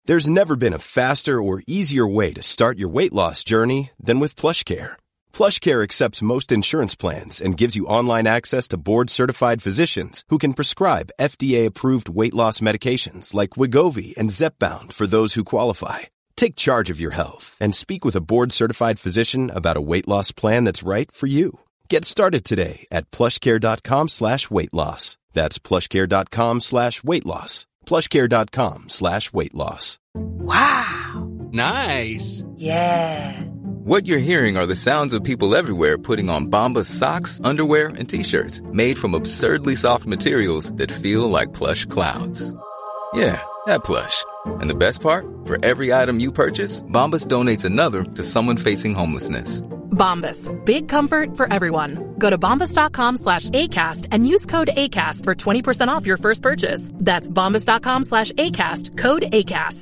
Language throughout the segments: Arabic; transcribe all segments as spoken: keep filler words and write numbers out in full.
There's never been a faster or easier way to start your weight loss journey than with PlushCare. PlushCare accepts most insurance plans and gives you online access to board-certified physicians who can prescribe F D A-approved weight loss medications like Wegovy and Zepbound for those who qualify. Take charge of your health and speak with a board-certified physician about a weight loss plan that's right for you. Get started today at plushcare.com slash weight loss. That's plushcare.com slash weight loss. plushcare.com slash weight loss. Wow. Nice. Yeah. What you're hearing are the sounds of people everywhere putting on Bombas socks, underwear, and T-shirts made from absurdly soft materials that feel like plush clouds. Yeah, that plush. And the best part? For every item you purchase, Bombas donates another to someone facing homelessness. Bombas. Big comfort for everyone. Go to bombas.com slash ACAST and use code ACAST for twenty percent off your first purchase. That's bombas.com slash ACAST. Code ACAST.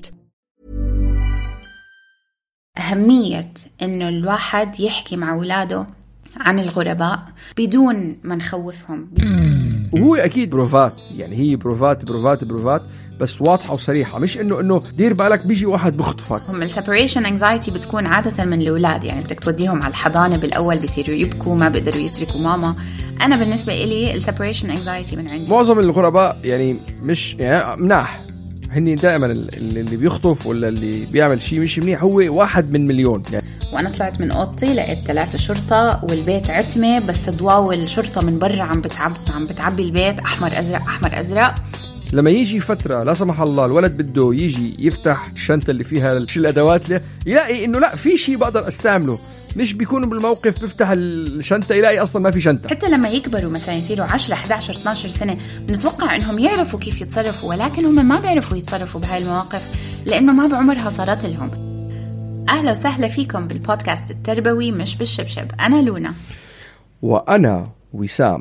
أهمية إنه الواحد يحكي مع أولاده عن الغرباء بدون ما نخوفهم. وهو أكيد بروفات، يعني هي بروفات بروفات بروفات بس واضحة وصريحة، مش إنه إنه دير بالك بيجي واحد بخطفك. هم السيبريشن انكزايتي بتكون عادة من الأولاد، يعني بدك توديهم على الحضانة بالأول بيصيروا يبكوا ما بيقدروا يتركوا ماما. أنا بالنسبة إلي السيبريشن انكزايتي من عندي. معظم الغرباء يعني مش يعني مناح، هني دائما اللي بيخطف ولا اللي بيعمل شيء مش منيح هو واحد من مليون يعني. وأنا طلعت من أوضتي لقيت ثلاثة شرطة والبيت عتمة، بس ضواو الشرطة من برا عم بتعب عم بتعبي البيت أحمر أزرق أحمر أزرق. لما يجي فترة لا سمح الله الولد بده يجي يفتح الشنطة اللي فيها شو الأدوات له، يلاقي إنه لا في شيء بقدر أستعمله، مش بيكونوا بالموقف بفتح الشنطة يلاقي أصلا ما في شنطة. حتى لما يكبروا مثلا يصيروا عشرة إحدى عشر اثنا عشر سنة بنتوقع إنهم يعرفوا كيف يتصرفوا، ولكن هم ما بيعرفوا يتصرفوا بهاي المواقف لأنه ما بعمرها صارت لهم. أهلا وسهلا فيكم بالبودكاست التربوي مش بالشبشب. أنا لونا وأنا وسام.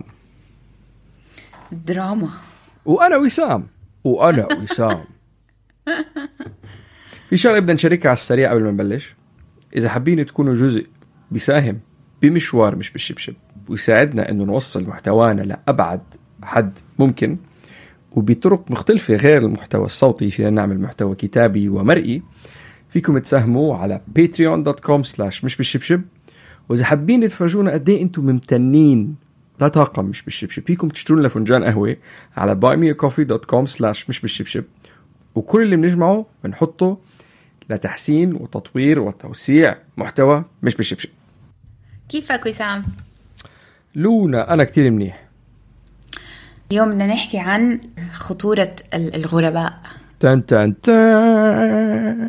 دراما. وأنا وسام وأنا وسام. في شغلة بدنا نشاركها على السريع قبل ما نبلش. إذا حابين تكونوا جزء بيساهم بمشوار مش بالشبشب ويساعدنا إنه نوصل محتوانا لأبعد حد ممكن وبطرق مختلفة غير المحتوى الصوتي، فينا نعمل محتوى كتابي ومرئي، فيكم تساهموا على باتريون دوت كوم سلاش مش بالشبشب. وإذا حابين تفرجونا قد إيه أنتم ممتنين لا طاقم مش بالشبشب، فيكم تشترون لنا فنجان قهوة على باي مي كوفي دوت كوم سلاش مش بالشبشب، وكل اللي بنجمعه بنحطه لتحسين وتطوير وتوسيع محتوى مش بالشبشب. كيفك وسام؟ لونا أنا كتير منيح. اليوم بدنا نحكي عن خطورة الغرباء. تن تن تن.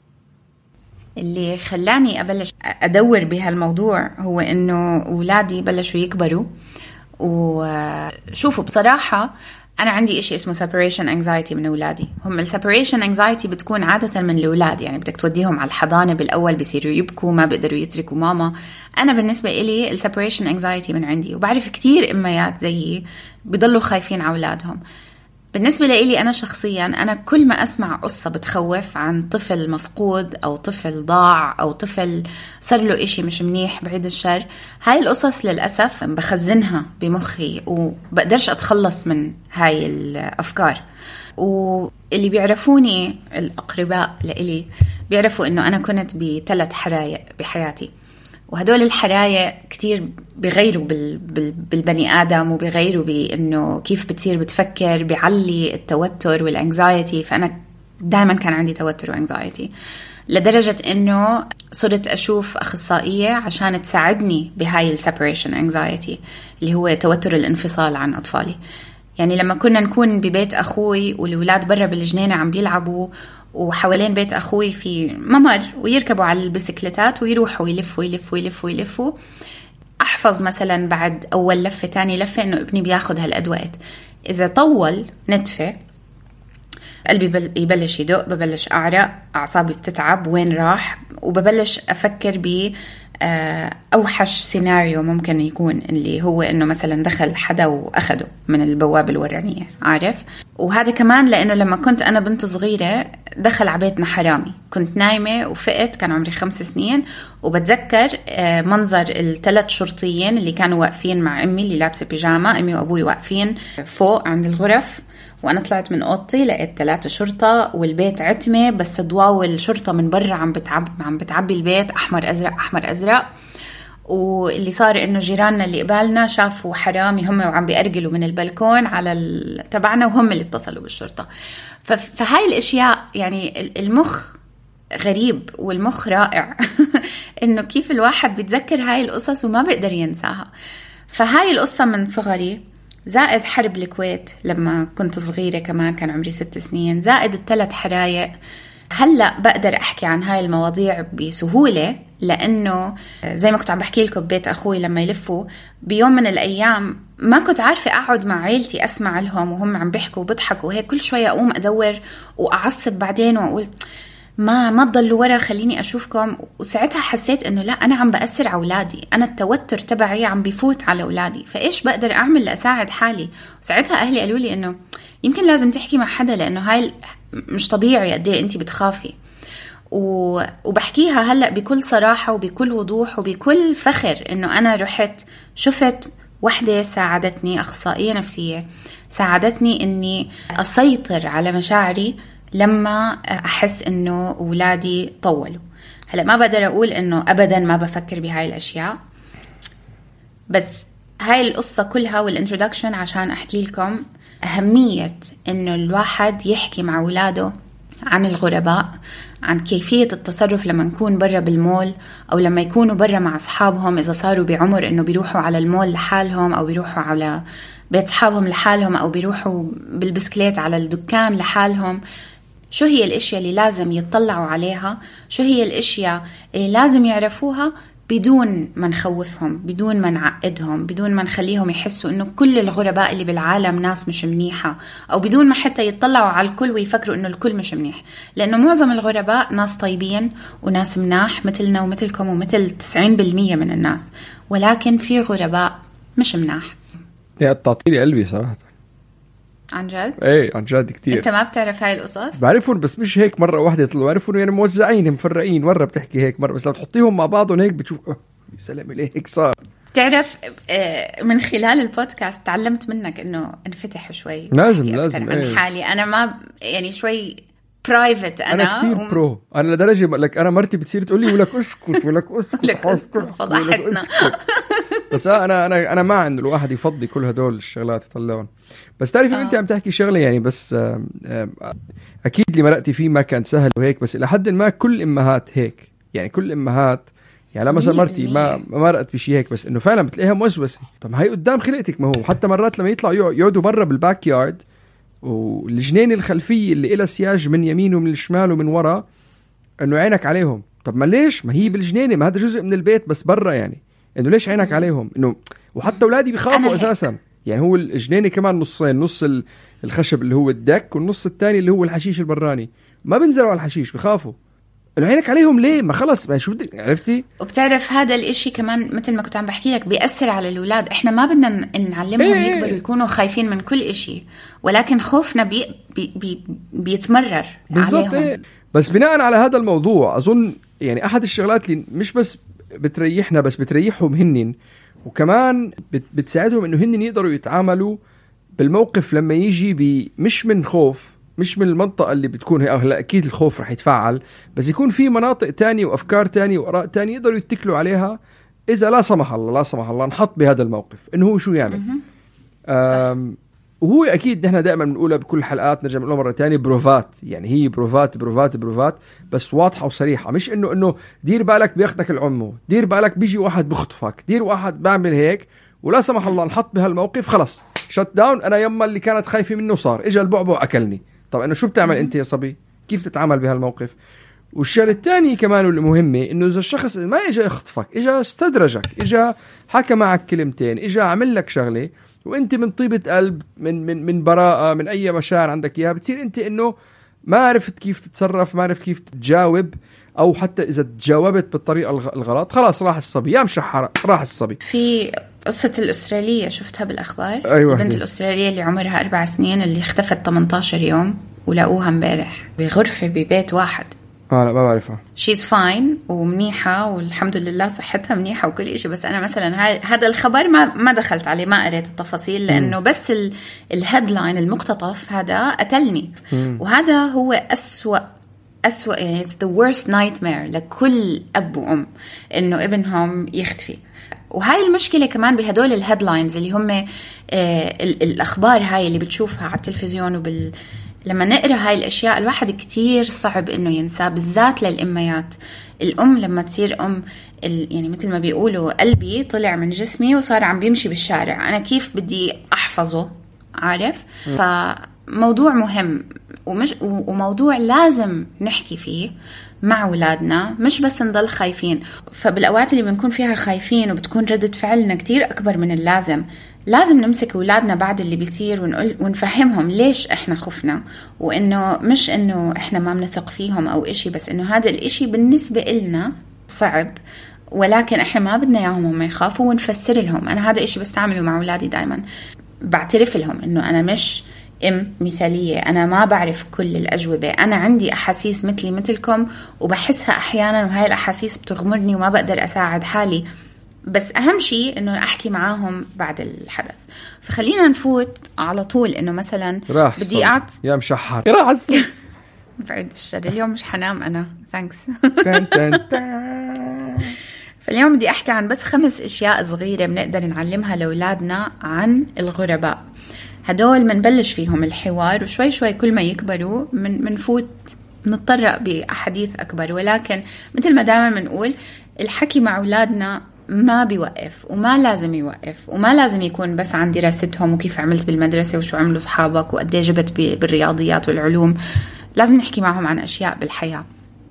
اللي خلاني أبلش أدور بهالموضوع هو إنه أولادي بلشوا يكبروا، وشوفوا بصراحة أنا عندي إشي اسمه separation anxiety من أولادي. هم ال separation anxiety بتكون عادة من الأولاد، يعني بدك توديهم على الحضانة بالأول بيصيروا يبكوا ما بيقدروا يتركوا ماما. أنا بالنسبة إلي ال separation anxiety من عندي، وبعرف كتير إميات زيي بيضلوا خايفين على أولادهم. بالنسبة لي أنا شخصياً، أنا كل ما أسمع قصة بتخوف عن طفل مفقود أو طفل ضاع أو طفل صار له إشي مش منيح بعيد الشر، هاي القصص للأسف بخزنها بمخي وبقدرش أتخلص من هاي الأفكار. واللي بيعرفوني الأقرباء لإلي بيعرفوا إنه أنا كنت بثلاث حرايق بحياتي، وهدول الحرايق كتير بيغيروا بال... بال... بالبني آدم وبيغيروا بإنه كيف بتصير بتفكر، بيعلي التوتر والانكزايتي. فأنا دائما كان عندي توتر وانكزايتي لدرجة إنه صرت أشوف أخصائية عشان تساعدني بهاي السيبريشن انكزايتي اللي هو توتر الانفصال عن أطفالي. يعني لما كنا نكون ببيت أخوي والولاد برا بالجنينة عم بيلعبوا وحوالين بيت أخوي في ممر ويركبوا على البسكليتات ويروحوا يلفوا يلفوا يلفوا يلفوا، أحفظ مثلا بعد أول لفة تاني لفة إنه ابني بياخد هالأدوات. إذا طول نتفة قلبي يبلش يدق، ببلش أعرق، أعصابي بتتعب، وين راح، وببلش أفكر ب أوحش سيناريو ممكن يكون اللي هو إنه مثلا دخل حدا وأخده من البوابة الورانية، عارف. وهذا كمان لأنه لما كنت أنا بنت صغيرة دخل عبيتنا حرامي. كنت نايمة وفقت، كان عمري خمس سنين، وبتذكر منظر الثلاث شرطيين اللي كانوا واقفين مع أمي اللي لابسة بيجامة. أمي وأبوي واقفين فوق عند الغرف، وأنا طلعت من أوضتي لقيت ثلاثة شرطة والبيت عتمة، بس ضواو الشرطة من برا عم بتعب عم بتعبي البيت أحمر أزرق أحمر أزرق. واللي صار إنه جيراننا اللي قبالنا شافوا حرامي هم وعم بيأرجلوا من البلكون على تبعنا، وهم اللي اتصلوا بالشرطة. فهاي الأشياء يعني المخ غريب والمخ رائع إنه كيف الواحد بيتذكر هاي القصص وما بيقدر ينساها. فهاي القصة من صغري، زائد حرب الكويت لما كنت صغيرة كمان كان عمري ست سنين، زائد الثلاث حرايق. هلأ بقدر أحكي عن هاي المواضيع بسهولة، لأنه زي ما كنت عم بحكي لكم ببيت أخوي لما يلفوا بيوم من الأيام ما كنت عارفة أقعد مع عيلتي أسمع لهم وهم عم بيحكوا وبضحكوا وهيك. كل شوية أقوم أدور وأعصب بعدين وأقول ما ما تضلوا ورا، خليني أشوفكم. وساعتها حسيت إنه لا، أنا عم بأثر على أولادي، أنا التوتر تبعي عم بيفوت على أولادي، فإيش بقدر أعمل لأساعد حالي؟ وساعتها أهلي قالوا لي إنه يمكن لازم تحكي مع حدا، لأنه هاي مش طبيعي قد إيه أنتي بتخافي. وبحكيها هلأ بكل صراحة وبكل وضوح وبكل فخر إنه أنا رحت شفت وحدة ساعدتني، أخصائية نفسية ساعدتني إني أسيطر على مشاعري لما أحس إنه أولادي طولوا. هلأ ما بقدر أقول إنه أبدا ما بفكر بهاي الأشياء، بس هاي القصة كلها والانترودكشن عشان أحكي لكم أهمية إنه الواحد يحكي مع أولاده عن الغرباء، عن كيفية التصرف لما نكون برا بالمول أو لما يكونوا برا مع أصحابهم، إذا صاروا بعمر إنه بيروحوا على المول لحالهم أو بيروحوا على بيت أصحابهم لحالهم أو بيروحوا بالبسكليت على الدكان لحالهم. شو هي الأشياء اللي لازم يتطلعوا عليها، شو هي الأشياء اللي لازم يعرفوها بدون ما نخوفهم، بدون ما نعقدهم، بدون ما نخليهم يحسوا إنه كل الغرباء اللي بالعالم ناس مش منيحة، أو بدون ما حتى يتطلعوا على الكل ويفكروا إنه الكل مش منيح. لأنه معظم الغرباء ناس طيبين وناس مناح مثلنا ومثلكم ومثل تسعين بالمية من الناس، ولكن في غرباء مش مناح. يا تعطيلي قلبي صراحة. عن جد؟ ايه عن جد كتير. انت ما بتعرف هاي القصص؟ بعرفهم بس مش هيك مرة واحدة يطلعوا، بعرفهم يعني موزعين مفرقين، مرة بتحكي هيك مرة، بس لو تحطيهم مع بعضهم هيك بتشوف اه يا سلام ليه هيك صار. تعرف من خلال البودكاست تعلمت منك انه انفتح شوي، لازم لازم عن ايه. حالي انا ما يعني شوي برايفت، انا انا كتير وم... برو، انا لدرجة لك انا مرتي بتصير تقول لي ولك اسكت ولك اسكت لك اسكت فضحتنا. بس انا انا انا مع انه الواحد يفضي كل هدول الشغلات يطلعون. بس تعرفي آه. انت عم تحكي شغله يعني، بس اكيد اللي مرقتي فيه ما كان سهل وهيك، بس الى حد ما كل امهات هيك يعني، كل امهات يعني مثلا مرتي ما ما مرقت بشيء هيك، بس انه فعلا بتلاقيها موسوسه. طب هي قدام خلقتك، ما هو حتى مرات لما يطلعوا يقعدوا برا بالباك يارد والجنين الخلفيه اللي إلها سياج من يمين ومن الشمال ومن ورا، انه عينك عليهم. طب ما ليش؟ ما هي بالجنينه، ما هذا جزء من البيت بس برا يعني، انه ليش عينك عليهم؟ انه وحتى اولادي بيخافوا اساسا يعني. هو الجنينه كمان نصين، نص الخشب اللي هو الدك والنص الثاني اللي هو الحشيش البراني، ما بنزلوا على الحشيش بيخافوا. انه عينك عليهم ليه؟ ما خلص ما شو بدك، عرفتي؟ وبتعرف هذا الاشي كمان مثل ما كنت عم بحكي لك بيأثر على الاولاد. احنا ما بدنا نعلمهم ايه يكبروا يكونوا خايفين من كل اشي، ولكن خوفنا بي بي بي بيتمرر عليهم. ايه. بس بناء على هذا الموضوع اظن يعني احد الشغلات اللي مش بس بتريحنا بس بتريحهم هنن، وكمان بتساعدهم انه هنن يقدروا يتعاملوا بالموقف لما يجي مش من خوف، مش من المنطقة اللي بتكون هي. هلا أكيد الخوف رح يتفاعل، بس يكون في مناطق تانية وأفكار تانية وآراء تانية يقدروا يتكلوا عليها إذا لا سمح الله لا سمح الله نحط بهذا الموقف إنه هو شو يعمل. وهو أكيد نحن دائما بنقولها بكل حلقات، نرجع نقولها مرة تانية، بروفات يعني، هي بروفات بروفات بروفات بس واضحة وصريحة، مش إنه إنه دير بالك بياخدك العمو، دير بالك بيجي واحد بخطفك، دير واحد بعمل هيك ولا سمح الله نحط بهالموقف خلص شت داون. أنا يما اللي كانت خايفة منه صار إجا البعبع أكلني. طب إنه شو بتعمل أنت يا صبي؟ كيف تتعامل بهالموقف؟ والشيء الثاني كمان واللي مهمة إنه إذا الشخص ما إجا يخطفك، إجا استدرجك، إجا حكى معك كلمتين، إجا عمل لك شغلة وأنت من طيبة قلب من من من براءة من أي مشاعر عندك إياها، بتصير أنت إنه ما عرفت كيف تتصرف، ما عرفت كيف تجاوب، أو حتى إذا تجاوبت بالطريقة الغلط خلاص راح الصبي، يا مشحرة راح الصبي. في قصة الأسترالية شفتها بالأخبار، أيوة. البنت الأسترالية اللي عمرها أربع سنين اللي اختفت ثمانية عشر يوم ولقوها امبارح بغرفة ببيت واحد. اه لا ما بعرفها. she's fine ومنيحة والحمد لله صحتها منيحة وكل إشي. بس أنا مثلا هذا الخبر ما ما دخلت عليه، ما قريت التفاصيل لأنه بس الهيدلاين المقتطف هذا قتلني. وهذا هو أسوأ أسوأ يعني it's the worst nightmare لكل أب وأم إنه ابنهم يختفي. وهاي المشكلة كمان بهدول الهيدلاينز اللي هم آه الأخبار هاي اللي بتشوفها على التلفزيون وبال لما نقرأ هاي الأشياء الواحد كتير صعب إنه ينسى، بالذات للأميات. الأم لما تصير أم يعني مثل ما بيقولوا قلبي طلع من جسمي وصار عم بيمشي بالشارع، أنا كيف بدي أحفظه؟ عارف؟ فموضوع مهم ومش وموضوع لازم نحكي فيه مع أولادنا، مش بس نضل خايفين. فبالأوقات اللي بنكون فيها خايفين وبتكون ردة فعلنا كتير أكبر من اللازم، لازم نمسك أولادنا بعد اللي بيصير ونقول ونفهمهم ليش إحنا خفنا، وإنه مش إنه إحنا ما بنثق فيهم أو إشي، بس إنه هذا الإشي بالنسبة إلنا صعب، ولكن إحنا ما بدنا إياهم هم يخافوا، ونفسر لهم. أنا هذا إشي بستعمله مع أولادي دايما، بعترف لهم إنه أنا مش أم مثالية، أنا ما بعرف كل الأجوبة، أنا عندي أحاسيس مثلي مثلكم وبحسها أحيانا، وهاي الأحاسيس بتغمرني وما بقدر أساعد حالي. بس أهم شيء إنه أحكي معاهم بعد الحدث. فخلينا نفوت على طول إنه مثلا بدي أعط يا مشحر راح بعد الشر اليوم مش حنام أنا ثانكس. فاليوم بدي أحكي عن بس خمس أشياء صغيرة بنقدر نعلمها لأولادنا عن الغرباء. هدول منبلش فيهم الحوار، وشوي شوي كل ما يكبروا من منفوت نتطرق بأحاديث أكبر. ولكن مثل ما دائما منقول الحكي مع أولادنا ما بيوقف وما لازم يوقف، وما لازم يكون بس عن دراستهم وكيف عملت بالمدرسة وشو عملوا صحابك وقد ايه جبت بالرياضيات والعلوم. لازم نحكي معهم عن أشياء بالحياة.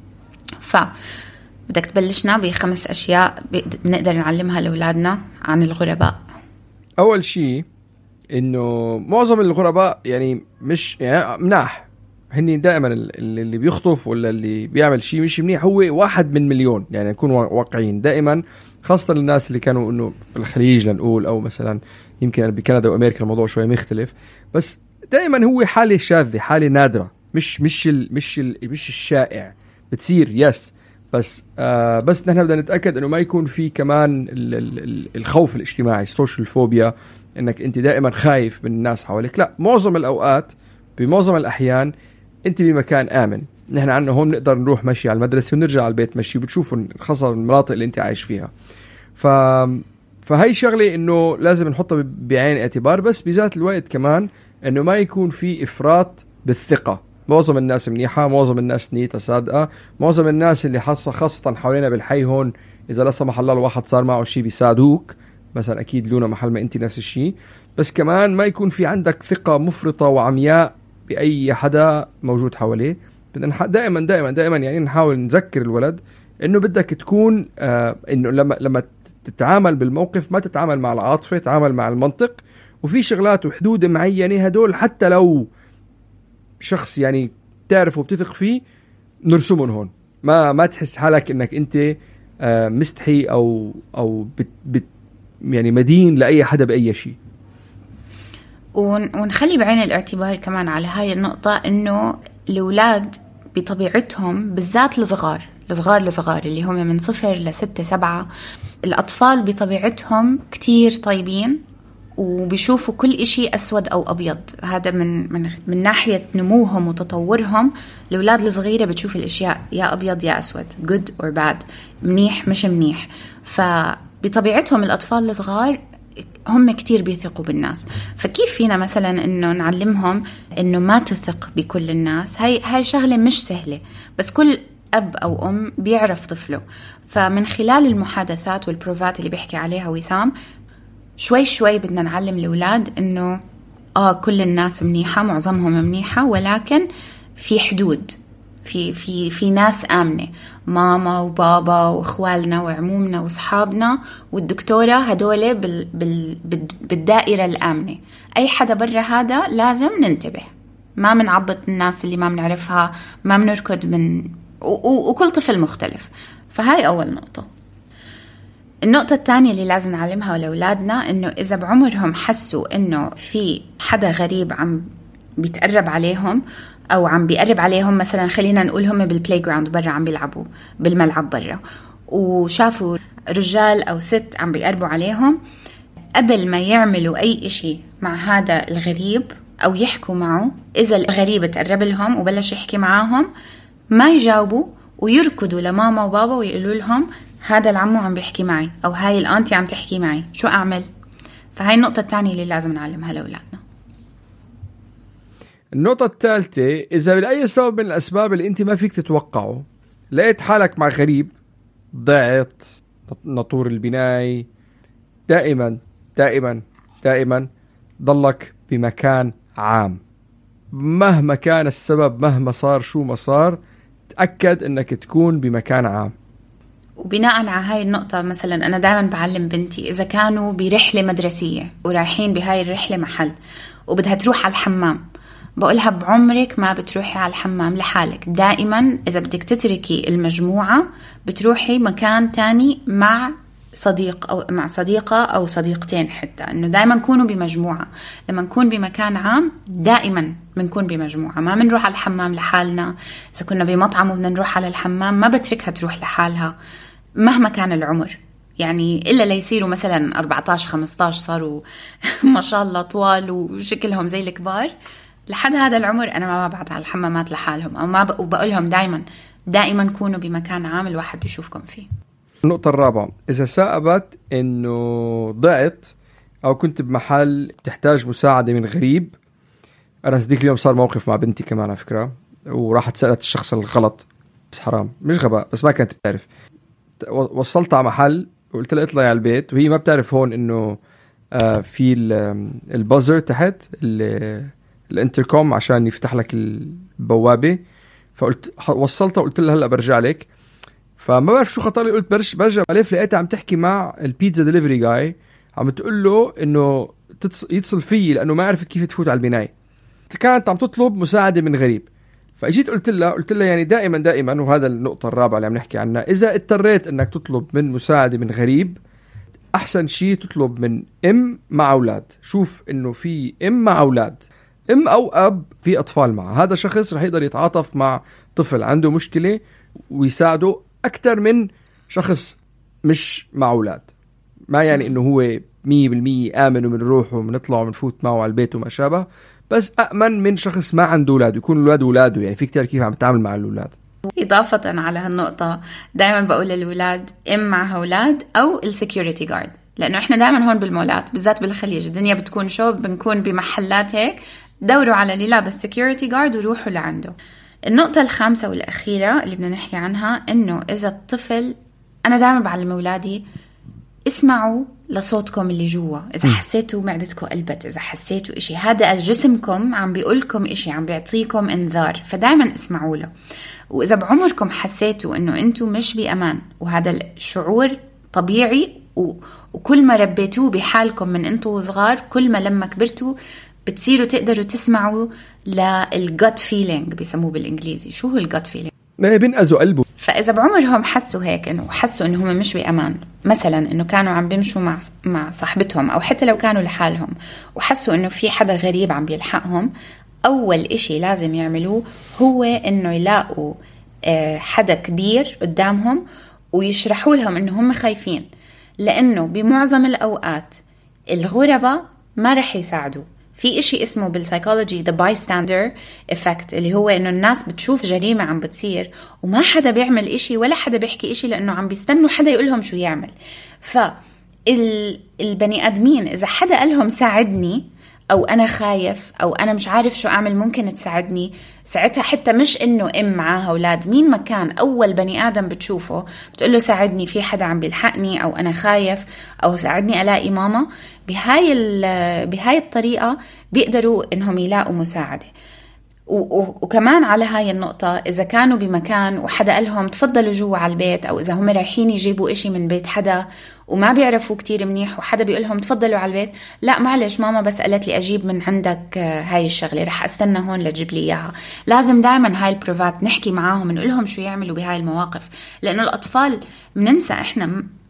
فبدك تبلشنا بخمس أشياء بنقدر نعلمها لأولادنا عن الغرباء. أول شيء إنه معظم الغرباء يعني مش يعني مناح، هني دائما اللي بيخطف ولا اللي بيعمل شيء مش منيح هو واحد من مليون، يعني نكون واقعيين دائما، خاصة الناس اللي كانوا إنه بالخليج لنقول، أو مثلا يمكن بكندا وأمريكا الموضوع شوي مختلف، بس دائما هو حالة شاذة، حالة نادرة، مش مش ال مش ال مش الشائع. بتصير يس بس آه بس نحن بدنا نتأكد إنه ما يكون في كمان ال ال الخوف الاجتماعي، السوشيال فوبيا، إنك أنت دائما خايف من الناس حواليك. لا، معظم الأوقات بمعظم الأحيان أنت بمكان آمن. نحن عنا هون نقدر نروح مشي على المدرسة ونرجع على البيت مشي، وبتشوفوا خاصة المناطق اللي أنت عايش فيها. ف فهي شغلة إنه لازم نحطها بعين اعتبار، بس بذات الوقت كمان إنه ما يكون في إفراط بالثقة. معظم الناس منيحة، معظم الناس نيتها صادقة، معظم الناس اللي حصة خاصة حوالينا بالحي هون إذا لا سمح الله الواحد صار معه شيء بيساعدوك، مثلا أكيد لونا محل ما أنت نفس الشيء. بس كمان ما يكون في عندك ثقة مفرطة وعمياء بأي حدا موجود حواليه. بدنا دائما دائما دائما يعني نحاول نذكر الولد إنه بدك تكون آه إنه لما لما تتعامل بالموقف ما تتعامل مع العاطفة، تتعامل مع المنطق، وفي شغلات وحدود معينة هدول حتى لو شخص يعني تعرفه وبتثق فيه نرسمهم هون. ما ما تحس حالك إنك أنت آه مستحي أو أو بت بت يعني مدين لأي حدا بأي شيء. ونخلي بعين الاعتبار كمان على هاي النقطة إنه الأولاد بطبيعتهم بالذات الصغار الصغار الصغار اللي هم من صفر لستة سبعة، الأطفال بطبيعتهم كتير طيبين وبيشوفوا كل إشي أسود أو أبيض. هذا من من من ناحية نموهم وتطورهم. الأولاد الصغيرة بتشوف الأشياء يا أبيض يا أسود، good or bad، منيح مش منيح. فبطبيعتهم الأطفال الصغار هم كتير بيثقوا بالناس. فكيف فينا مثلا إنه نعلمهم إنه ما تثق بكل الناس؟ هاي هاي شغلة مش سهلة، بس كل أب أو أم بيعرف طفله. فمن خلال المحادثات والبروفات اللي بيحكي عليها وسام، شوي شوي بدنا نعلم الأولاد إنه آه كل الناس منيحة، معظمهم منيحة، ولكن في حدود، في في في ناس آمنة، ماما وبابا وإخوالنا وعمومنا وصحابنا والدكتورة، هدول بال بال بالدائرة الآمنة. أي حدا برا هذا لازم ننتبه، ما منعبط الناس اللي ما منعرفها، ما منركض من وكل طفل مختلف. فهاي أول نقطة. النقطة الثانية اللي لازم نعلمها لأولادنا إنه إذا بعمرهم حسوا إنه في حدا غريب عم بيتقرب عليهم أو عم بيقرب عليهم، مثلا خلينا نقول هم بالبلاي جراوند برا عم بيلعبوا بالملعب برا، وشافوا رجال أو ست عم بيقربوا عليهم، قبل ما يعملوا أي إشي مع هذا الغريب أو يحكوا معه، إذا الغريب تقرب لهم وبلش يحكي معاهم ما يجاوبوا ويركضوا لماما وبابا ويقولوا لهم هذا العمو عم بيحكي معي أو هاي الأنتي عم تحكي معي، شو أعمل؟ فهاي النقطة الثانية اللي لازم نعلمها لأولادنا. النقطة الثالثة، إذا لأي سبب من الأسباب اللي أنت ما فيك تتوقعه لقيت حالك مع غريب، ضعت، نطور البناي، دائما دائما دائما ضلك بمكان عام مهما كان السبب، مهما صار شو ما صار، تأكد أنك تكون بمكان عام. وبناء على هاي النقطة مثلا أنا دائما بعلم بنتي إذا كانوا برحلة مدرسية ورايحين بهاي الرحلة محل وبدها تروح على الحمام، بقولها بعمرك ما بتروحي على الحمام لحالك، دائما إذا بدك تتركي المجموعة بتروحي مكان تاني مع صديق أو مع صديقة أو صديقتين، حتى إنه دائما نكونوا بمجموعة. لما نكون بمكان عام دائما بنكون بمجموعة، ما بنروح على الحمام لحالنا. إذا كنا بمطعم وبدنا نروح على الحمام ما بتركها تروح لحالها مهما كان العمر، يعني إلا ليصيروا مثلا أربعة عشر خمسة عشر صاروا ما شاء الله طوال وشكلهم زي الكبار، لحد هذا العمر أنا ما ببعت على الحمامات لحالهم، أو ما ب... وبقولهم دائما دائما كونوا بمكان عام الواحد بيشوفكم فيه. النقطة الرابعة، إذا ثبت إنه ضعت أو كنت بمحل تحتاج مساعدة من غريب. أنا صديق اليوم صار موقف مع بنتي كمان على فكرة، وراحت سألت الشخص الغلط، بس حرام مش غباء، بس ما كانت بتعرف. وصلت على محل وقلت لها اطلعي على البيت، وهي ما بتعرف هون إنه آه في البازر تحت الانتركوم عشان يفتح لك البوابة. فقلت وصلتها وقلت لها هلا برجع لك. فما بعرف شو خطر لي، قلت برش برجع ألف لقيتها عم تحكي مع البيتزا ديليفري جاي، عم تقول له انه يتصل فيي لانه ما عرفت كيف تفوت على البناية. كانت عم تطلب مساعدة من غريب. فاجيت قلت لها قلت لها يعني دائما دائما، وهذا النقطة الرابعة اللي عم نحكي عنها، اذا اضطريت انك تطلب من مساعدة من غريب، احسن شيء تطلب من ام مع اولاد. شوف انه في ام مع اولاد، ام او اب في اطفال معه، هذا شخص رح يقدر يتعاطف مع طفل عنده مشكلة ويساعده أكتر من شخص مش مع أولاد. ما يعني إنه هو مية بالمية آمن ومنروح ومنطلع ومنفوت معه على البيت وما شابه، بس أأمن من شخص ما عنده أولاد، يكون الأولاد أولاده، يعني في كتير كيف عم تتعامل مع الأولاد. إضافة على هالنقطة دائما بقول للأولاد إم معها أولاد أو السكيورتي جارد، لأنه إحنا دائما هون بالمولات بالذات بالخليج الدنيا بتكون شو، بنكون بمحلات هيك، دوروا على اللي لابس سكيورتي جارد وروحوا لعنده. النقطة الخامسة والأخيرة اللي بدنا نحكي عنها، إنه إذا الطفل، أنا دائما بعلم أولادي اسمعوا لصوتكم اللي جوا. إذا حسيتوا معدتكم قلبت، إذا حسيتوا إشي، هذا جسمكم عم بيقولكم إشي، عم بيعطيكم إنذار، فدائما اسمعوا له. وإذا بعمركم حسيتوا إنه أنتوا مش بأمان، وهذا الشعور طبيعي، وكل ما ربيتوه بحالكم من أنتوا صغار، كل ما لما كبرتوا بتصيروا تقدروا تسمعوا للgut feeling بيسموه بالإنجليزي. شو هو الgut feeling؟ ما بينقذوا قلبه. فإذا بعمرهم حسوا هيك، إنه حسوا إنه هم مش بأمان، مثلا إنه كانوا عم بيمشوا مع مع صاحبتهم، أو حتى لو كانوا لحالهم وحسوا إنه في حدا غريب عم بيلحقهم، أول إشي لازم يعملوه هو إنه يلاقوا حدا كبير قدامهم ويشرحوا لهم إنه هم خايفين، لأنه بمعظم الأوقات الغرباء ما رح يساعدوا. في إشي اسمه بالسايكولوجي the bystander effect، اللي هو إنه الناس بتشوف جريمة عم بتصير وما حدا بيعمل إشي ولا حدا بيحكي إشي، لأنه عم بيستنوا حدا يقولهم شو يعمل. فالبني آدمين إذا حدا قالهم ساعدني، أو أنا خايف، أو أنا مش عارف شو أعمل، ممكن تساعدني، ساعتها حتى مش إنه إم معاها أولاد، مين ما كان أول بني آدم بتشوفه بتقوله ساعدني، في حدا عم بيلحقني، أو أنا خايف، أو ساعدني ألاقي ماما. بهاي بهاي الطريقة بيقدروا إنهم يلاقوا مساعدة. وكمان على هاي النقطة، إذا كانوا بمكان وحدا قالهم تفضلوا جوا على البيت، أو إذا هم رايحين يجيبوا إشي من بيت حدا وما بيعرفوا كتير منيح وحدا بيقولهم تفضلوا على البيت، لا معلش ماما بس قالت لي أجيب من عندك هاي الشغلة، رح أستنى هون لتجيب لي إياها. لازم دايما هاي البروفات نحكي معاهم، نقولهم شو يعملوا بهاي المواقف، لأنه الأطفال مننسى إحنا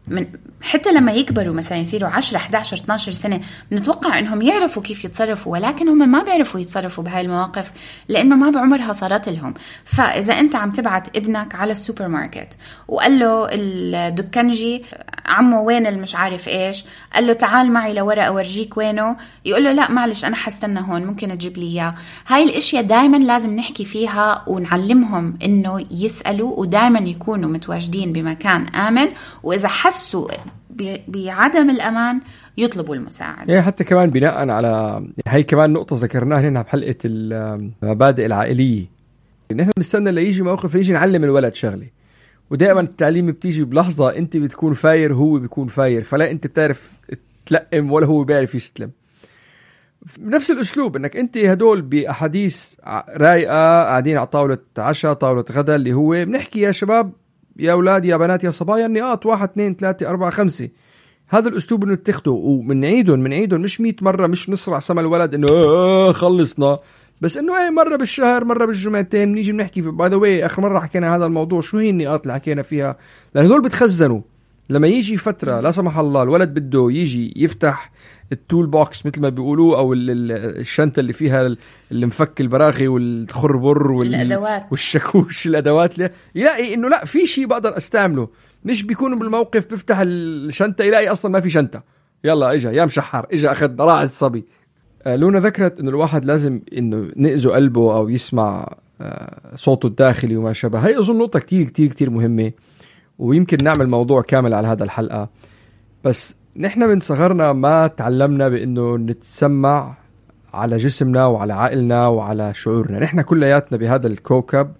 من حتى لما يكبروا مثلا يصيروا عشرة إحدى عشر اثنا عشر سنة بنتوقع إنهم يعرفوا كيف يتصرفوا، ولكن هم ما بيعرفوا يتصرفوا بهاي المواقف لأنه ما بعمرها صارت لهم. فإذا أنت عم تبعت ابنك على السوبر ماركت وقال له الدكانجي عمو وين المش عارف إيش، قال له تعال معي لورا أورجيك وينه، يقول له لا معلش أنا حستنى هون ممكن تجيب لي إياه. هاي الأشياء دايما لازم نحكي فيها ونعلمهم إنه يسألوا ودايما يكونوا متواجدين بمكان آمن، وإذا حسوا بعدم الأمان يطلبوا المساعدة. يعني حتى كمان بناء على هاي كمان نقطة ذكرناها هنا بحلقة المبادئ العائلية، إن إحنا بنستنى ليجي موقف يجي نعلم الولد شغلة، ودائما التعليم بتيجي بلحظة أنت بتكون فاير هو بيكون فاير، فلا أنت بتعرف تلقم ولا هو بيعرف يستلم. بنفس الأسلوب إنك أنت هدول بأحاديث رايقة قاعدين على طاولة عشاء طاولة غدا اللي هو بنحكي يا شباب يا أولاد يا بنات يا صبايا النقاط واحد اثنين ثلاثة أربعة خمسة، هذا الأسلوب إنه تاخده ومنعيدهم منعيدهم مش مئة مرة، مش نصرع سما الولد إنه آه خلصنا، بس إنه أي مرة بالشهر مرة بالجمعتين نيجي بنحكي. باي ذا واي آخر مرة حكينا هذا الموضوع شو هي النقاط اللي حكينا فيها، لأن هدول بتخزنوا لما يجي فترة لا سمح الله الولد بده يجي يفتح التول بوكس مثل ما بيقولوا أو الشنطة اللي فيها اللي مفك البراغي والخربر والأدوات والشكوش الأدوات، يلاقي إنه لا في شيء بقدر أستعمله، مش بيكون بالموقف بفتح الشنطة يلاقي أصلا ما في شنطة، يلا إجا يا مشحر إجا أخذ راعي الصبي. آه لونا ذكرت إنه الواحد لازم إنه نأذو قلبه أو يسمع آه صوته الداخلي وما شابه. هاي أظن نقطة كتير كتير كتير مهمة، ويمكن نعمل موضوع كامل على هذا الحلقة. بس نحن من صغرنا ما تعلمنا بأنه نتسمع على جسمنا وعلى عقلنا وعلى شعورنا. نحن كلياتنا بهذا الكوكب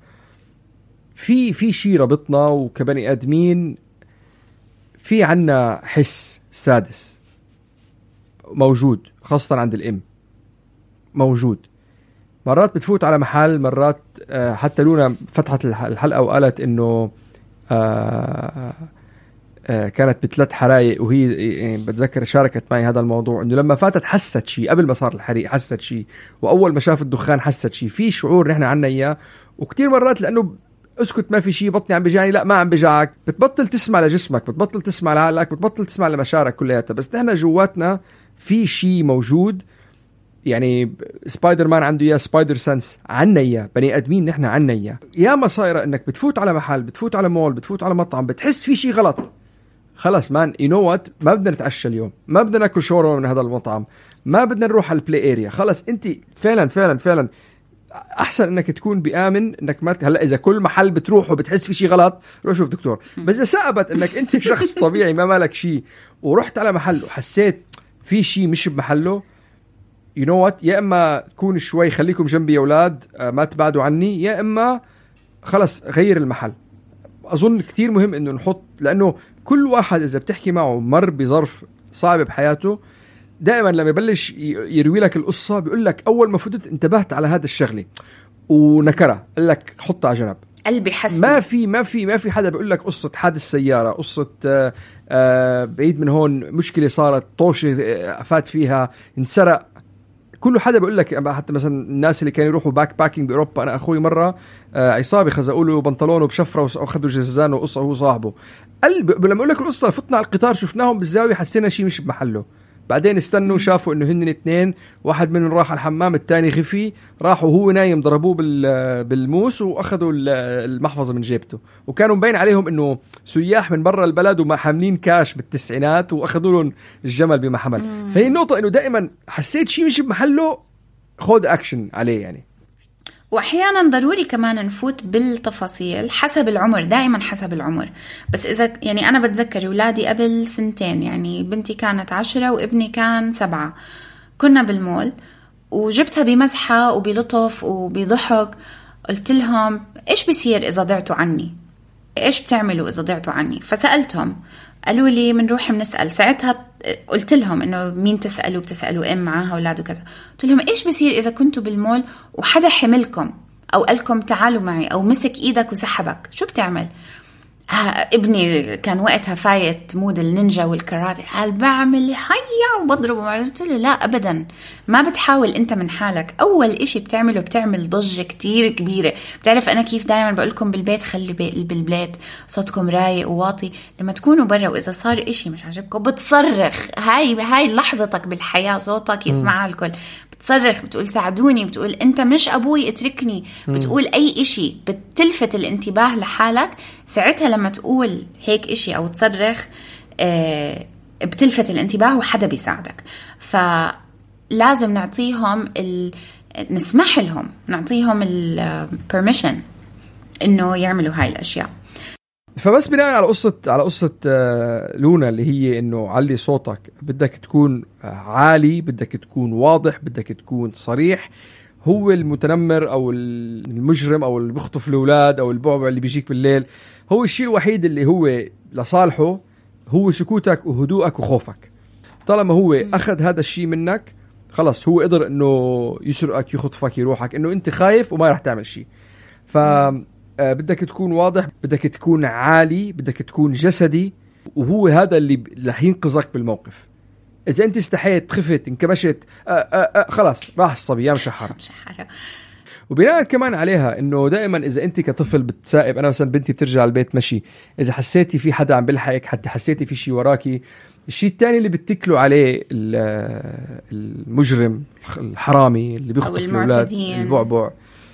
في في شيء ربطنا، وكبني آدمين في عنا حس سادس موجود خاصة عند الأم موجود. مرات بتفوت على محل، مرات حتى لونا فتحت الحلقة وقالت إنه آه آه كانت بثلاث حرايق، وهي يعني بتذكر شاركت معي هذا الموضوع إنه لما فاتت حست شيء قبل ما صار الحريق، حست شيء، وأول ما شاف الدخان حست شيء. في شعور نحن عنا إياه، وكتير مرات لأنه اسكت ما في شيء بطني عم بيجاني، لا ما عم بيجعك، بتبطل تسمع لجسمك، بتبطل تسمع لعقلك، بتبطل تسمع لمشاعرك كلياتها. بس نحن جواتنا في شيء موجود، يعني سبايدر مان عنده اياه سبايدر سنس، عنا اياه بني ادمين نحن عنا اياه. يا ما صايره انك بتفوت على محل، بتفوت على مول، بتفوت على مطعم، بتحس في شيء غلط، خلاص مان يو نو وات، ما بدنا نتعشى اليوم، ما بدنا ناكل شاورما من هذا المطعم، ما بدنا نروح على البلاي اريا، خلاص انت فعلا فعلا فعلا احسن انك تكون بآمن انك ما. هلا اذا كل محل بتروح وبتحس في شيء غلط روح شوف دكتور، بس اذا ثبت انك انت شخص طبيعي ما مالك شيء ورحت على محل وحسيت في شيء مش بمحله، you know what، يا إما تكون شوي خليكم جنبي يا أولاد ما تبعدوا عني، يا إما خلص غير المحل. أظن كتير مهم إنه نحط، لأنه كل واحد إذا بتحكي معه مر بظرف صعب بحياته دائما لما يبلش يروي لك القصة بيقول لك أول ما فتت انتبهت على هذا الشغلة ونكرة، قال لك حطها على جنب، قلبي حسن. ما في ما في ما في حدا بيقول لك قصة حادث سيارة، قصة آآ آآ بعيد من هون مشكلة صارت، طوشة فات فيها، انسرق. كل حدا بيقول لك، حتى مثلا الناس اللي كانوا يروحوا باك باكينج بأوروبا، أنا أخوي مرة عصابي خزقوا له بنطلونه بشفرة وأخذوا جزازان وقصة وهو صاحبه. قلب لما أقول لك القصة فتنا على القطار شفناهم بالزاوية حسينا شيء مش بمحله، بعدين استنوا شافوا إنه هن اثنين، واحد منهم راح الحمام الثاني خفي، راحوا وهو نايم ضربوه بالموس وأخذوا المحفظة من جيبته، وكانوا مبين عليهم إنه سياح من برا البلد وما حاملين كاش بالتسعينات وأخذوا لهم الجمل بما حمل. فهي النقطة إنه دائما حسيت شيء مش بمحله خود أكشن عليه يعني. وأحيانا ضروري كمان نفوت بالتفاصيل حسب العمر، دائما حسب العمر. بس إذا يعني أنا بتذكر أولادي قبل سنتين، يعني بنتي كانت عشرة وابني كان سبعة، كنا بالمول وجبتها بمزحة وبلطف وبضحك، قلت لهم إيش بيصير إذا ضعتوا عني؟ إيش بتعملوا إذا ضعتوا عني؟ فسألتهم، قالوا لي منروح منسأل. ساعتها قلت لهم إنه مين تسألوا؟ بتسألوا أم معاها أولاد وكذا. قلت لهم إيش بيصير إذا كنتوا بالمول وحدا حملكم أو قالكم تعالوا معي أو مسك إيدك وسحبك، شو بتعمل؟ ابني كان وقتها فايت مود النينجا والكاراتي، قال بعمل حيا وبضربه. قلت له لا أبدا، ما بتحاول أنت من حالك. أول إشي بتعمله بتعمل ضجة كتير كبيرة. بتعرف أنا كيف دايما بقولكم بالبيت خلي بالبيت صوتكم رايق وواطي. لما تكونوا برا وإذا صار إشي مش عجبكم بتصرخ، هاي هاي لحظتك بالحياة، صوتك يسمعها الكل. بتصرخ، بتقول ساعدوني، بتقول أنت مش أبوي اتركني، بتقول أي إشي بتلفت الانتباه لحالك. ساعتها لما تقول هيك إشي أو تصرخ آه بتلفت الانتباه وحدا بيساعدك. فلازم نعطيهم ال... نسمح لهم، نعطيهم البرميشن إنه يعملوا هاي الأشياء. فبس بناء على قصة على قصة لونا اللي هي إنه علي صوتك، بدك تكون عالي، بدك تكون واضح، بدك تكون صريح. هو المتنمر أو المجرم أو اللي بيخطف الأولاد أو البعبع اللي بيجيك بالليل، هو الشيء الوحيد اللي هو لصالحه هو سكوتك وهدوءك وخوفك. طالما هو أخذ هذا الشيء منك خلاص، هو قدر إنه يسرقك، يخطفك، يروحك، إنه أنت خايف وما رح تعمل شيء. ف بدك تكون واضح، بدك تكون عالي، بدك تكون جسدي، وهو هذا اللي رح ينقذك بالموقف. إذا أنت استحيت، خفت، انكبشت، آآ آآ خلاص راح الصبي يا مشحرة. وبناء كمان عليها إنه دائما إذا أنت كطفل بتسائب، أنا مثلا بنتي بترجع البيت مشي، إذا حسيتي في حدا عم بلحقك، حتى حسيتي في شيء وراكي، الشيء الثاني اللي بتكلوا عليه المجرم الحرامي اللي بيخطف الأولاد، البعبع،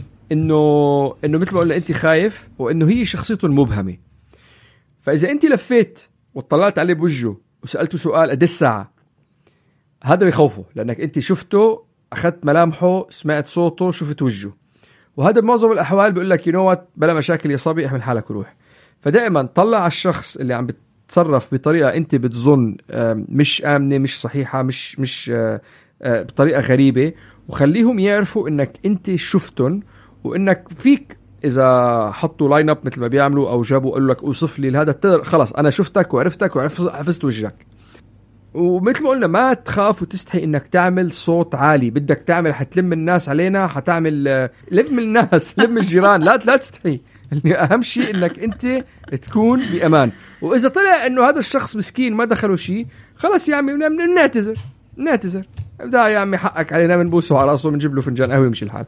إنه إنه مثل ما قلنا أنت خايف، وإنه هي شخصيته المبهمة. فإذا أنت لفيت وطلعت عليه بوجهه وسألته سؤال قد الساعة، هذا بيخوفه، لأنك أنت شفته، أخذت ملامحه، سمعت صوته، شفت وجهه. وهذا بمعظم الأحوال بيقول لك ينوت بلا مشاكل يا صبي، احمل حالك وروح. فدائما طلع على الشخص اللي عم بتصرف بطريقة أنت بتظن مش آمنة، مش صحيحة، مش مش بطريقة غريبة، وخليهم يعرفوا إنك أنت شفتن، وإنك فيك إذا حطوا لاين اب مثل ما بيعملوا أو جابوا قالوا لك أوصف لي هذا، خلاص أنا شفتك وعرفتك وحفظت وجهك. ومثل ما قلنا ما تخاف وتستحي إنك تعمل صوت عالي. بدك تعمل، حتلم الناس علينا، حتعمل لم الناس، لم الجيران، لا لا تستحي. أهم شيء إنك أنت تكون بأمان. وإذا طلع إنه هذا الشخص مسكين ما دخلوا شيء، خلاص يا عمي نعتذر نعتذر ده يا عمي حقك علينا، بنبوسه على راسه، بنجيب له فنجان قهوة يمشي الحال.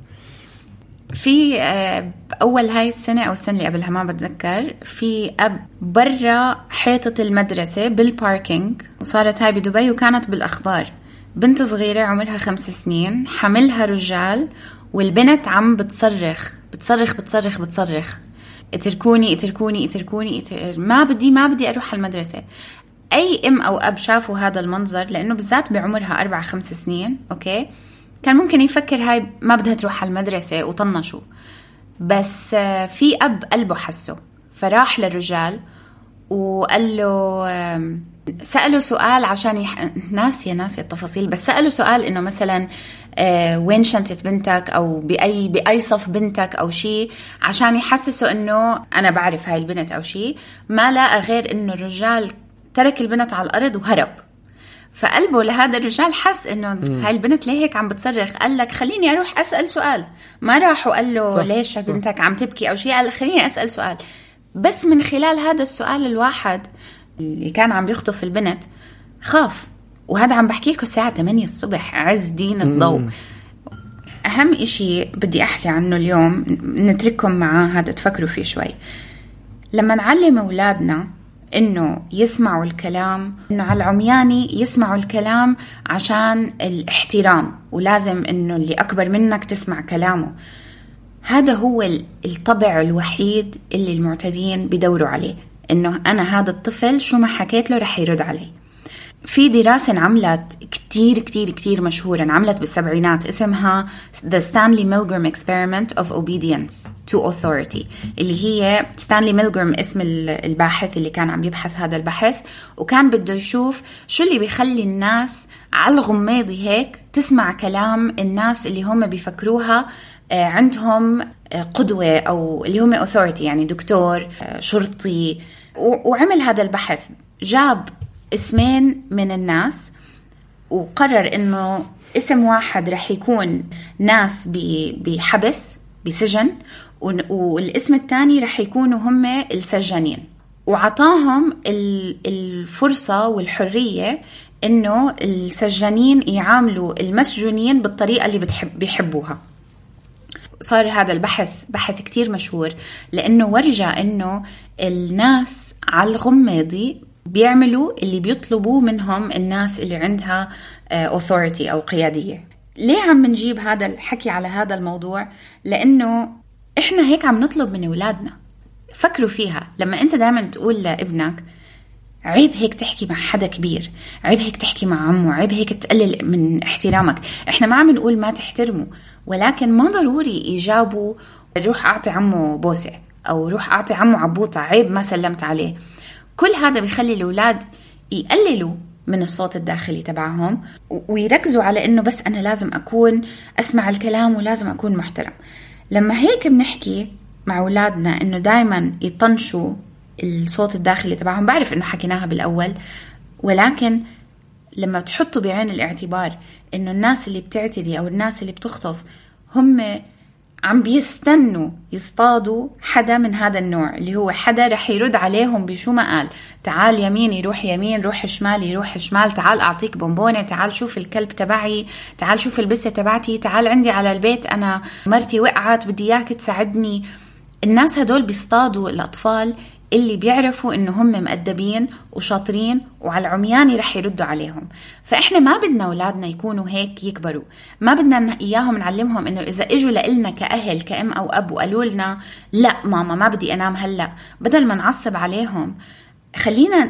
في أول هاي السنة أو السنة اللي قبلها ما بتذكر، في أب برا حيطة المدرسة بالباركينج، وصارت هاي بدبي وكانت بالأخبار. بنت صغيرة عمرها خمس سنين، حملها رجال، والبنت عم بتصرخ بتصرخ بتصرخ بتصرخ اتركوني اتركوني اتركوني اتر... ما بدي ما بدي أروح على المدرسة. أي أم أو أب شافوا هذا المنظر، لأنه بالذات بعمرها أربع خمس سنين أوكي كان ممكن يفكر هاي ما بدها تروح على المدرسة وطنشوا. بس في أب قلبه حسه، فراح للرجال وقال له، سأله سؤال عشان يح... ناسية ناسية التفاصيل، بس سأله سؤال إنه مثلا وين شنطة بنتك، أو بأي بأي صف بنتك أو شيء، عشان يحسسه إنه أنا بعرف هاي البنت أو شيء. ما لقى غير إنه الرجال ترك البنت على الأرض وهرب. فقلبه لهذا الرجال حس إنه هاي البنت ليه هيك عم بتصرخ، قال لك خليني أروح أسأل سؤال. ما راح وقال له ليش بنتك عم تبكي أو شيء، قال خليني أسأل سؤال. بس من خلال هذا السؤال الواحد اللي كان عم يخطف البنت خاف. وهذا عم بحكي لكم الساعة ثمانية الصبح، عز دين الضوء. أهم إشي بدي أحكي عنه اليوم، نترككم معاه هذا تفكروا فيه شوي. لما نعلم أولادنا إنه يسمعوا الكلام، إنه على العمياني يسمعوا الكلام عشان الاحترام، ولازم إنه اللي أكبر منك تسمع كلامه. هذا هو الطبع الوحيد اللي المعتدين بيدوروا عليه، إنه أنا هذا الطفل شو ما حكيت له رح يرد علي. في دراسة انعملت كتير كتير كتير مشهورة، انعملت بالسبعينات، اسمها The Stanley Milgram Experiment of Obedience to Authority، اللي هي ستانلي ميلغرام اسم الباحث اللي كان عم يبحث هذا البحث، وكان بده يشوف شو اللي بيخلي الناس على الغماضي هيك تسمع كلام الناس اللي هم بيفكروها عندهم قدوة أو اللي هم authority، يعني دكتور، شرطي. وعمل هذا البحث، جاب اسمين من الناس وقرر إنه اسم واحد رح يكون ناس بحبس بسجن، والاسم الثاني رح يكونوا هم السجانين. وعطاهم الفرصة والحرية إنه السجانين يعاملوا المسجونين بالطريقة اللي بتحب بيحبوها. صار هذا البحث بحث كتير مشهور لأنه ورجى إنه الناس على الغماضي بيعملوا اللي بيطلبوه منهم الناس اللي عندها authority أو قيادية. ليه عم نجيب هذا الحكي على هذا الموضوع؟ لأنه إحنا هيك عم نطلب من أولادنا. فكروا فيها، لما أنت دائما تقول لابنك عيب هيك تحكي مع حدا كبير، عيب هيك تحكي مع عمو، عيب هيك تقلل من احترامك. إحنا ما عم نقول ما تحترمه، ولكن ما ضروري إيجابه روح أعطي عمو بوسة أو روح أعطي عمو عبوطة، عيب ما سلمت عليه. كل هذا بيخلي الأولاد يقللوا من الصوت الداخلي تبعهم ويركزوا على إنه بس أنا لازم أكون أسمع الكلام ولازم أكون محترم. لما هيك بنحكي مع أولادنا إنه دايما يطنشوا الصوت الداخلي تبعهم، بعرف إنه حكيناها بالأول، ولكن لما تحطوا بعين الاعتبار إنه الناس اللي بتعتدي أو الناس اللي بتخطف هم عم بيستنوا يصطادوا حدا من هذا النوع، اللي هو حدا رح يرد عليهم بشو ما قال، تعال يمين يروح يمين، روح شمال يروح شمال، تعال أعطيك بونبونة، تعال شوف الكلب تبعي، تعال شوف البسة تبعتي، تعال عندي على البيت أنا مرتي وقعت بدي إياك تساعدني. الناس هدول بيصطادوا الأطفال اللي بيعرفوا إنه هم مؤدبين وشاطرين وعلى العمياني رح يردوا عليهم. فإحنا ما بدنا أولادنا يكونوا هيك يكبروا، ما بدنا إياهم نعلمهم إنه إذا إجوا لإلنا كأهل كأم أو أب وقالوا لنا لا ماما ما بدي أنام هلأ، بدل ما نعصب عليهم خلينا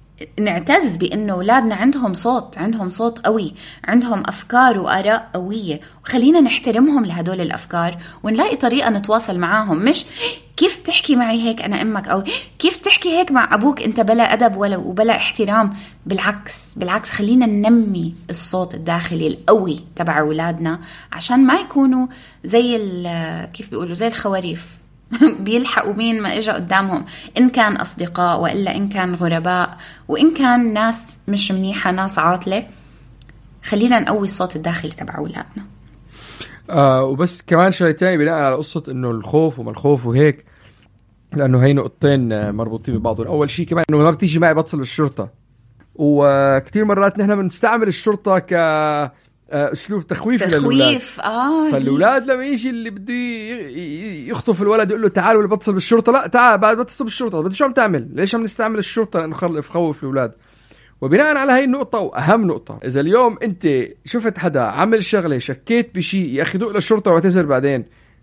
نعتز بأنه أولادنا عندهم صوت، عندهم صوت قوي، عندهم أفكار وآراء قوية، وخلينا نحترمهم لهدول الأفكار ونلاقي طريقة نتواصل معاهم. مش كيف تحكي معي هيك أنا أمك، أو كيف تحكي هيك مع أبوك أنت بلا أدب ولا وبلا احترام. بالعكس بالعكس خلينا ننمي الصوت الداخلي القوي تبع أولادنا عشان ما يكونوا زي كيف بيقولوا زي الخواريف بيلحقوا مين ما إجا قدامهم، إن كان أصدقاء وإلا إن كان غرباء وإن كان ناس مش منيحة ناس عاطلة. خلينا نقوي الصوت الداخلي تبع أولادنا. آه وبس كمان شيء تاني بناء على قصة إنه الخوف وما الخوف وهيك، لأنه هي نقطتين مربوطين ببعضهم. أول شيء كمان إنه مرة تيجي معي بتصل بالشرطة، وكتير مرات نحن بنستعمل الشرطة ك اسلوب تخويف للأولاد. اه فالأولاد لما يجي اللي بده يخطف الولد يقول له تعال ولا بتصل بالشرطة، لا تعال بعد بتصل بالشرطة. بدي شو عم تعمل؟ ليش عم نستعمل الشرطة؟ لأنه خلف خوف الأولاد. وبناء على هاي النقطة وأهم نقطة، إذا اليوم أنت شفت حدا عمل شغلة شكيت بشيء يأخذوه للشرطة واعتذر بعدين،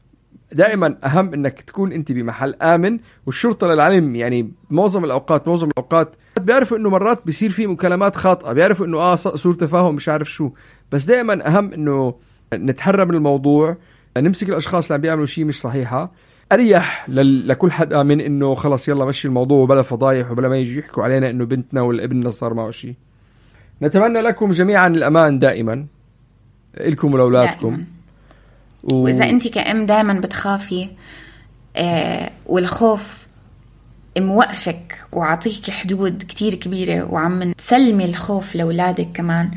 دائما أهم إنك تكون أنت بمحل آمن. والشرطة للعلم يعني معظم الأوقات معظم الأوقات بيعرفوا إنه مرات بيصير فيه مكالمات خاطئة، بيعرفوا إنه آه سوء تفاهم مش عارف شو، بس دائما أهم إنه نتحرى من الموضوع، نمسك الأشخاص اللي عم بيعملوا شيء مش صحيحة. أريح لكل حدا من إنه خلص يلا مشي الموضوع وبلا فضايح وبلا ما يجي يحكوا علينا إنه بنتنا ولا ابننا صار معه شيء. نتمنى لكم جميعا الأمان دائما إلكم ولأولادكم. و... وإذا أنت كأم دائما بتخافي آه والخوف موقفك وعطيك حدود كتير كبيرة وعم تسلمي الخوف لأولادك كمان،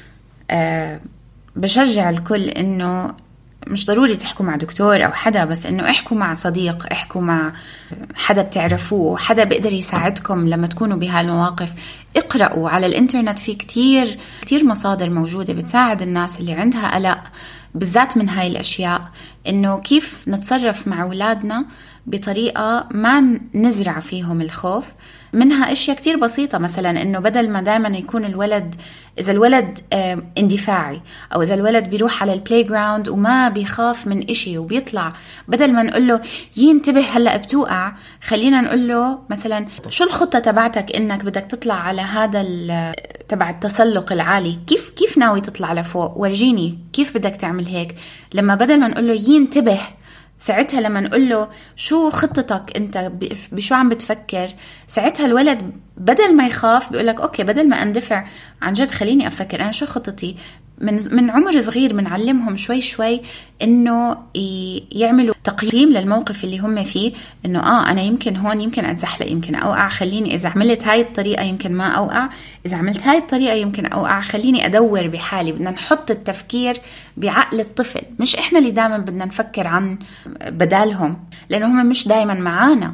آه بشجع الكل إنه مش ضروري تحكوا مع دكتور أو حدا، بس إنه احكوا مع صديق، احكوا مع حدا بتعرفوه، حدا بيقدر يساعدكم لما تكونوا بهالمواقف. اقرأوا على الانترنت، في كتير كتير مصادر موجودة بتساعد الناس اللي عندها قلق بالذات من هاي الأشياء، إنه كيف نتصرف مع أولادنا بطريقة ما نزرع فيهم الخوف. منها أشياء كتير بسيطة، مثلا إنه بدل ما دائما يكون الولد، إذا الولد اندفاعي أو إذا الولد بيروح على البلاي جراوند وما بيخاف من إشي وبيطلع، بدل ما نقول له ينتبه هلأ بتوقع، خلينا نقول له مثلا شو الخطة تبعتك إنك بدك تطلع على هذا تبع التسلق العالي، كيف كيف ناوي تطلع لفوق، ورجيني كيف بدك تعمل هيك. لما بدل ما نقول له ينتبه، ساعتها لما نقول له شو خطتك انت، بشو عم بتفكر، ساعتها الولد بدل ما يخاف بيقولك اوكي، بدل ما اندفع عن جد خليني افكر انا شو خطتي. من من عمر صغير بنعلمهم شوي شوي انه يعملوا تقييم للموقف اللي هم فيه، انه اه انا يمكن هون يمكن اتزحلق يمكن اوقع، خليني اذا عملت هاي الطريقة يمكن ما اوقع، اذا عملت هاي الطريقة يمكن اوقع، خليني ادور بحالي. بدنا نحط التفكير بعقل الطفل، مش احنا اللي دائما بدنا نفكر عن بدالهم، لانه هم مش دائما معانا.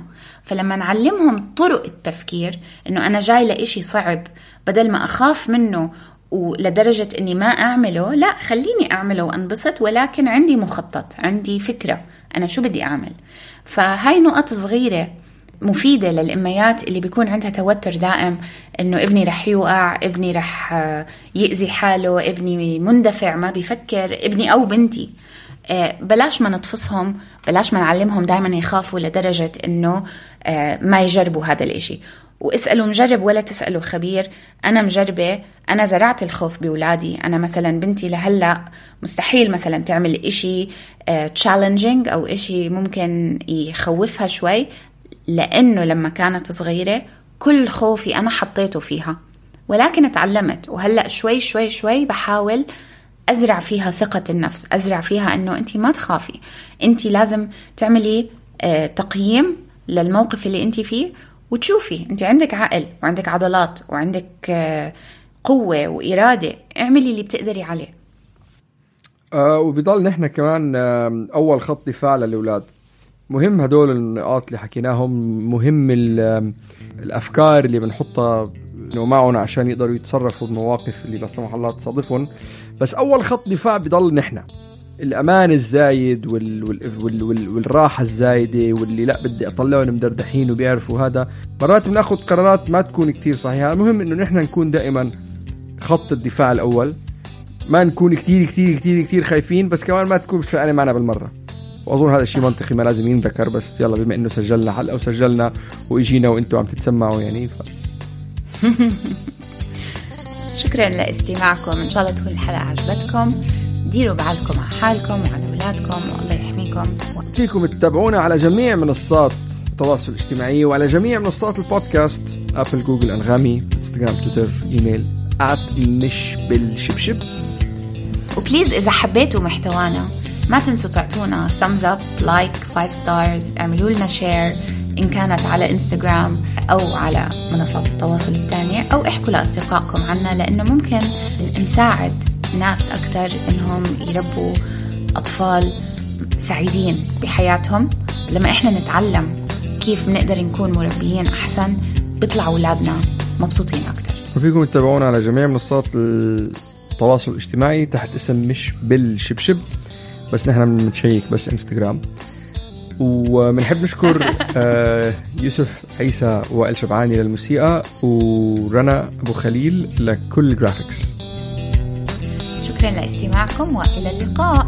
فلما نعلمهم طرق التفكير، إنه أنا جاي لإشي صعب بدل ما أخاف منه ولدرجة إني ما أعمله، لا خليني أعمله وأنبسط، ولكن عندي مخطط، عندي فكرة أنا شو بدي أعمل. فهاي نقط صغيرة مفيدة للأميات اللي بيكون عندها توتر دائم، إنه ابني رح يوقع، ابني رح يأذي حاله، ابني مندفع ما بيفكر، ابني أو بنتي. بلاش ما نطفصهم، بلاش ما نعلمهم دائما يخافوا لدرجة إنه ما يجربوا هذا الإشي. واسألوا مجرب ولا تسألوا خبير. أنا مجربة، أنا زرعت الخوف بولادي. أنا مثلا بنتي لهلأ مستحيل مثلا تعمل إشي challenging أو إشي ممكن يخوفها شوي، لأنه لما كانت صغيرة كل خوفي أنا حطيته فيها، ولكن اتعلمت. وهلأ شوي شوي شوي بحاول أزرع فيها ثقة النفس، أزرع فيها أنه أنتي ما تخافي، أنتي لازم تعملي تقييم للموقف اللي أنتي فيه، وتشوفي أنت عندك عقل وعندك عضلات وعندك قوة وإرادة، اعملي اللي بتقدري عليه. أه وبيضل نحن كمان أول خط دفاع للأولاد. مهم هدول النقاط اللي حكيناهم، مهم الأفكار اللي بنحطها إنه معهم عشان يقدروا يتصرفوا بالمواقف اللي لا سمح الله تصادفهم. بس أول خط دفاع بيضل نحن الأمان الزايد وال... وال... وال... وال... والراحة الزايدة، واللي لا بدي أطلعهم مدردحين وبيعرفوا هذا. مرات بناخد قرارات ما تكون كتير صحيحة. المهم إنه نحن نكون دائما خط الدفاع الأول، ما نكون كتير كتير كتير كتير خايفين، بس كمان ما تكون فعلا معنا بالمرة. وأظن هذا الشيء منطقي ما لازم ينذكر، بس يلا بما إنه سجلنا حلقة وسجلنا وإجينا وإنتوا عم تتسمعوا يعني ف... شكرا لاستماعكم. إن شاء الله تكون الحلقة عجبتكم. ديروا بالكم على حالكم وعلى أولادكم، والله يحميكم. فيكم تتابعونا على جميع منصات التواصل الاجتماعي وعلى جميع منصات البودكاست، أبل، جوجل، أنغامي، إنستغرام، تويتر، إيميل آت مش بالشبشب. وبليز إذا حبيتوا محتوانا ما تنسوا تعطونا thumbs up, like, five stars، اعملوا لنا share إن كانت على إنستغرام أو على منصات التواصل الثانية، أو احكوا لأصدقائكم عنا، لأنه ممكن نساعد ناس أكتر إنهم يربوا أطفال سعيدين بحياتهم. لما إحنا نتعلم كيف بنقدر نكون مربيين أحسن، بيطلعوا أولادنا مبسوطين أكتر. وفيكم تتابعونا على جميع منصات التواصل الاجتماعي تحت اسم مش بالشبشب، بس نحن بنشيك بس إنستغرام. وبنحب نشكر يوسف عيسى وائل شبعاني للموسيقى، ورنا أبو خليل لكل الجرافيكس. شكرا لاستماعكم وإلى اللقاء.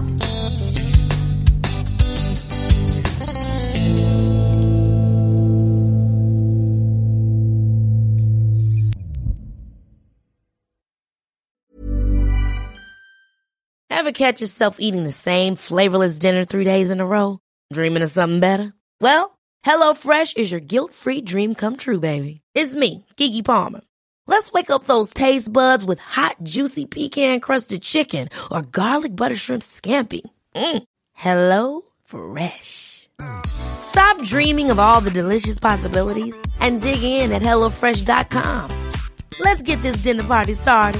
Ever catch yourself eating the same flavorless dinner three days in a row? Dreaming of something better? Well, HelloFresh is your guilt-free dream come true, baby. It's me, Keke Palmer. Let's wake up those taste buds with hot, juicy pecan-crusted chicken or garlic butter shrimp scampi. Mm. Hello Fresh. Stop dreaming of all the delicious possibilities and dig in at hello fresh dot com. Let's get this dinner party started.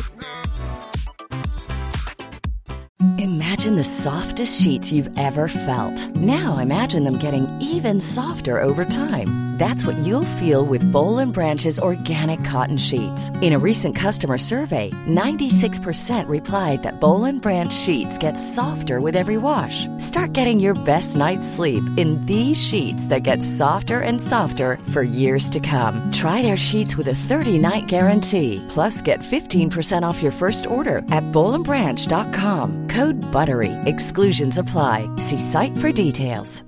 Imagine the softest sheets you've ever felt. Now imagine them getting even softer over time. That's what you'll feel with Boll and Branch's organic cotton sheets. In a recent customer survey, ninety-six percent replied that Boll and Branch sheets get softer with every wash. Start getting your best night's sleep in these sheets that get softer and softer for years to come. Try their sheets with a thirty-night guarantee. Plus, get fifteen percent off your first order at boll and branch dot com. Code BUTTERY. Exclusions apply. See site for details.